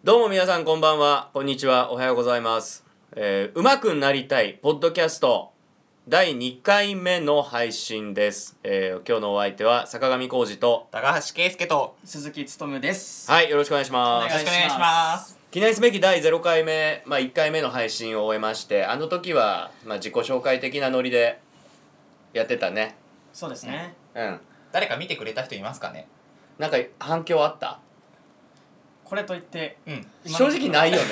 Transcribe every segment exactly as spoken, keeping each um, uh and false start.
どうも皆さんこんばんは、こんにちは、おはようございます。えー、うまくなりたいポッドキャストだいにかいめの配信です。えー、今日のお相手は坂上浩二と高橋圭介と鈴木つとむです。 はい、よろしくお願いします。 お願いします。 よろしくお願いします。 記念すべきだいゼロかいめ、まあ、いっかいめの配信を終えまして、あの時は、まあ、自己紹介的なノリでやってたね。 そうですね。 うん。 誰か見てくれた人いますかね。 なんか反響あった？ これといって、 うん、 正直ないよね。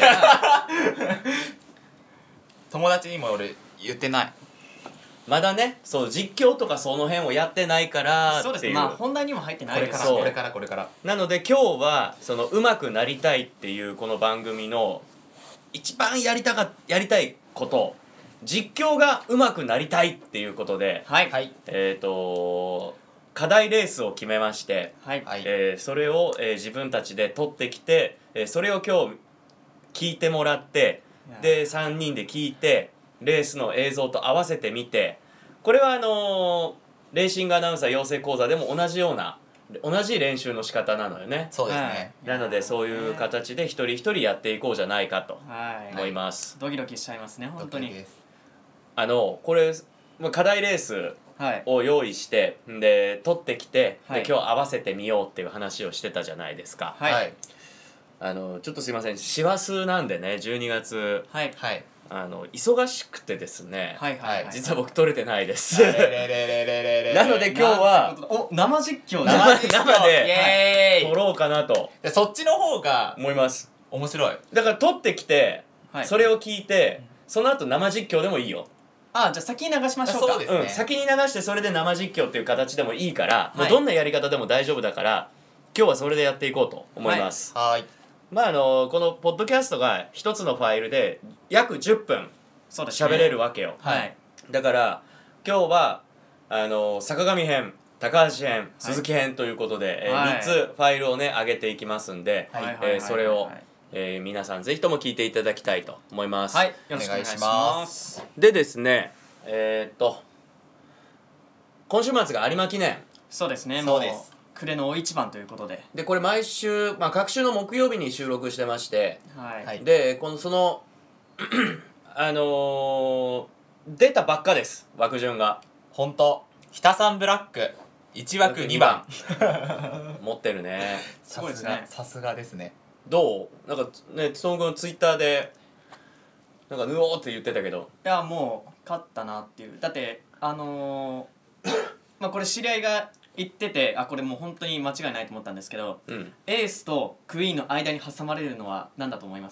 友達にも俺言ってない。 まだね、そう実況とかその辺をやってないからっていう。 そうですね。まあ本題にも入ってないです。 そうこれからこれからなので今日はその上手くなりたいっていうこの番組の一番やりたかやりたいこと、実況が上手くなりたいっていうことで、 はい。 はいえっと課題レースを決めまして、 はい。 はい、 えーそれを、えー自分たちで取ってきて、えーそれを今日聞いてもらって、でさんにんで聞いてレースの映像と合わせてみて、これはあのーレーシングアナウンサー養成講座でも同じような同じ練習の仕方なのよね。 そうですね、 なのでそういう形で一人一人やっていこうじゃないかとはい。 思います。 ドキドキしちゃいますね、本当に。 です。 あのこれまあ課題レースはい。 を用意してで取ってきて、 はいで今日合わせてみようっていう話をしてたじゃないですか。 はい。 はいあのちょっとすいません、師走なんでね、じゅうにがつはい。 はいあの忙しくてですね、 はい。はい。 実は僕取れてないですレレレレレレレなので今日はお、生実況生だ。 生イでエーイ、 取ろうかなとでそっちの方が思います。 面白い。 だから取ってきて、 はい。 それを聞いてその後生実況でもいいよ。 あ、じゃあ先に流しましょうか。 そうですねうん、先に流してそれで生実況っていう形でもいいから、 はいもうどんなやり方でも大丈夫だから今日はそれでやっていこうと思います。 はーい、 まああのこのポッドキャストが一つのファイルで約じゅっぷんそうですね。 喋れるわけよ。 はい。 だから今日はあの坂上編、高橋編、鈴木編ということで、えーはいみっつファイルをね上げていきますんで、 はい。 えーそれを、えー皆さんぜひとも聞いていただきたいと思います。 はい。よろしくお願いします。 でですね、えーっと今週末が有馬記念そうですね。 そうです。 もう暮れの大一番ということで。 で、これ毎週、まあ、各週の木曜日に収録してまして、 はい。 はいでこのそのあのー出たばっかです、枠順が。 ほんとひたさんブラックいち枠にばん持ってるね。 すごいですね。 さすがですね。 どうなんかね、つとむくんツイッターでなんかぬおーって言ってたけど。 いや、もう勝ったなっていう。だってあのーまあこれ知り合いが言ってて、あ、これもう本当に間違いないと思ったんですけど、 うん、 エースとクイーンの間に挟まれるのは何だと思います？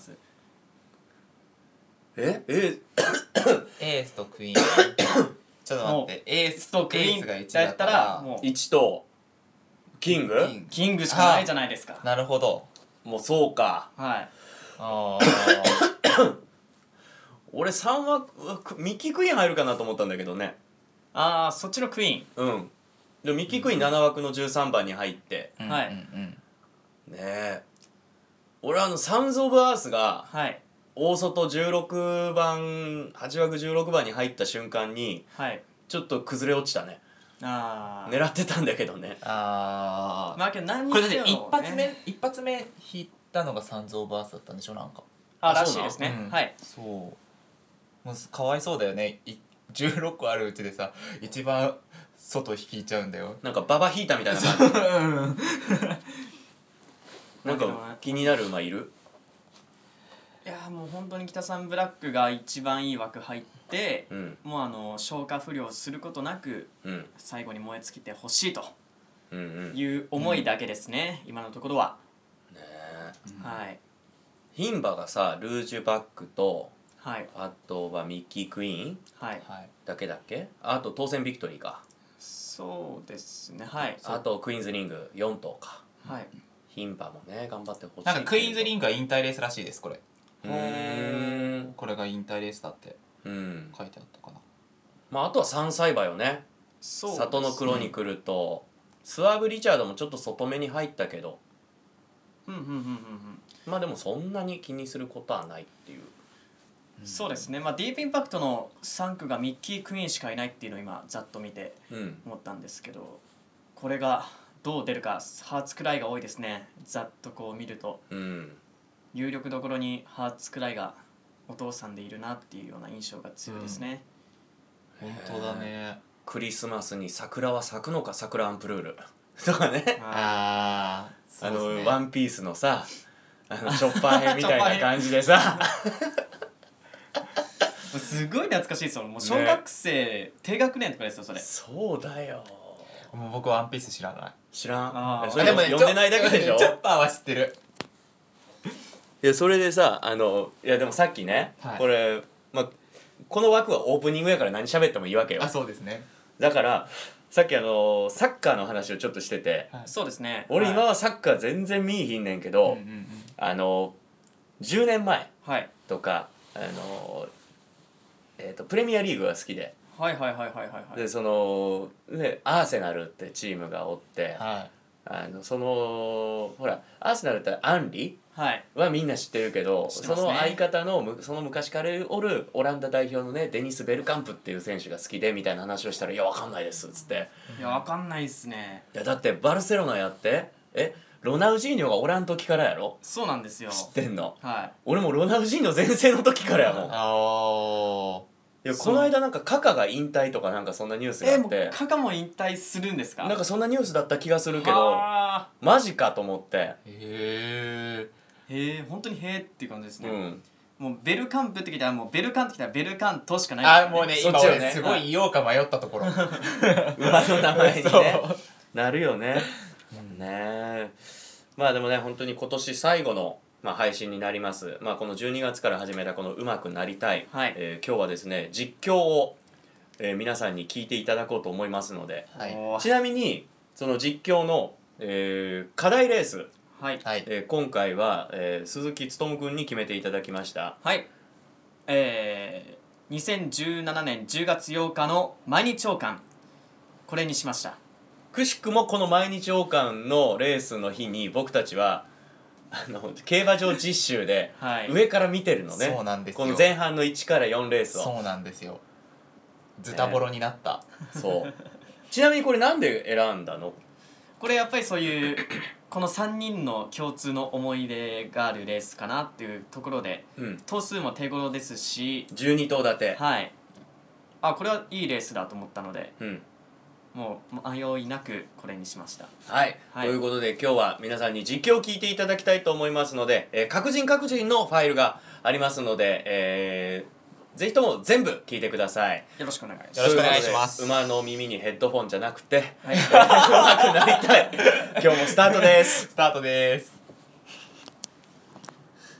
ええエースとクイーンちょっと待って、エースとクイーンエースがいちだだったかららもういちとキングキングキングしかないじゃないですか。 なるほど。 もうそうか。 はい。 あ俺さん枠ミッキークイーン入るかなと思ったんだけどね。 ああ、そっちのクイーン。 うん。でもミッキークイーンなな枠のじゅうさんばんに入ってーはいうんうんうんねえ、俺あのサウンズ・オブ・アースがはい大外じゅうろくばんはち枠じゅうろくばんに入った瞬間にはい。 ちょっと崩れ落ちたね。 ああ。 狙ってたんだけどね。 あーまあけど何にこれだってせよ一発目、 ね。 一発目引いたのがサンズ・オブ・アースだったんでしょ、なんか。 あ、 あそうなのらしいですね。 うんはい。 そうもうかわいそうだよね。いじゅうろっこあるうちでさ一番外引いちゃうんだよ。 なんかババ引いたみたいな感じ。 うん。 なんか気になる馬いる？ いやもう本当に北さんブラックが一番いい枠入って、 うんもうあの消化不良することなくうん最後に燃え尽きてほしいとうんうん。ねいう思いだけですね、今のところは。 え、 はい牝馬がさルージュバックとはいあとはミッキークイーンはい。 はいだけだっけ？あと当選ビクトリーか。 そうですね。はいあとクイーンズリングよん頭か。 はい。 牝馬もね頑張ってほしい。 なんかクイーンズリンングは引退レースらしいですこれ。 うーんこれが引退レースだってうん。 書いてあったかな。 まああとはさんさい馬よね。 そうですね。 里のクロニクルとスワーブ・リチャードもちょっと外目に入ったけど、 うんうんうんうんうん。 まあでもそんなに気にすることはないっていう。 そうですね。まあディープインパクトのさん区がミッキー・クイーンしかいないっていうのを今ざっと見てうん。 思ったんですけど、これがどう出るかハーツくらいが多いですね。ざっとこう見ると。 うん。 有力どころにハーツくらいがお父さんでいるなっていうような印象が強いですね、 本当だね。 クリスマスに桜は咲くのか桜アンプルールとかねああ、 あの、 そうですねワンピースのさあのチョッパー編みたいな感じでさすごい懐かしいですよ。もう小学生、低学年とかですよそれ。 そうだよ。 もう僕ワンピース知らない。 知らん。 あーえそれあでもね読んでないだけでしょチョッパーは知ってる。 いやそれでさあのいやでもさっきね、 はいこれ、まあ、この枠はオープニングやから何喋ってもいいわけよあ、そうですね。 だからさっきあのサッカーの話をちょっとしてて、 はいそうですね。 俺今はい、 はサッカー全然見いひんねんけど、 うんうんうんあのじゅうねんまえはいとかあの、えー、とプレミアリーグが好きで、 はいはいはいはいはいはい。 でその、ね、アーセナルってチームがおってはあのそのほらアーセナルってアンリはい。 はみんな知ってるけど、そ知ってますねの相方のむその昔からおるオランダ代表のねデニス・ベルカンプっていう選手が好きでみたいな話をしたら「いやわかんないです」っつっていやわかんないっすね。 「いやだってバルセロナやってえロナウジーニョがおらん時からやろそうなんですよ。 知ってんのはい。 俺もロナウジーニョ全盛の時からやもんい。あいやそうこの間なんかカカが引退とかなんかそんなニュースがえもうあってカカも引退するんですか？ なんかそんなニュースだった気がするけどはマジかと思ってーへえ。 ーへえ本当にへえっていう感じですね、 うんもうベルカンプって聞いたらもうベルカンって聞いたらベルカントしかないですよあ、もうねそっ今ちよね俺すごい言おうか迷ったところ。 馬の名前にそうねなるよね、ねえまあでもね本当に今年最後の、まあ、配信になります、まあ、このじゅうにがつから始めたこの「うまくなりたい」 はいえー今日はですね実況を、えー皆さんに聞いていただこうと思いますのではいおーちなみにその実況の、えー課題レース、 はいはい。 えー今回は、えー鈴木勉君に決めていただきましたはいえー、にせんじゅうななねんじゅうがつようかの毎日王冠これにしました。 くしくもこの毎日王冠のレースの日に僕たちはあの競馬場実習ではい上から見てるのね、 そうなんですよこの前半のいちからよんレースをそうなんですよ。ズタボロになった。 そうちなみにこれなんで選んだの？ これやっぱりそういうこのさんにんの共通の思い出があるレースかなっていうところでうん頭数も手頃ですし、 じゅうに頭立て、 はいあこれはいいレースだと思ったのでうんもう迷いなくこれにしました。 はい、 はいということで今日は皆さんに実況を聞いていただきたいと思いますので、えー各人各人のファイルがありますので、えーぜひとも全部聞いてください。 よろしくお願いします。 よろしくお願いしますということで馬の耳にヘッドフォンじゃなくてはい上手くなりたい今日もスタートです。 スタートです。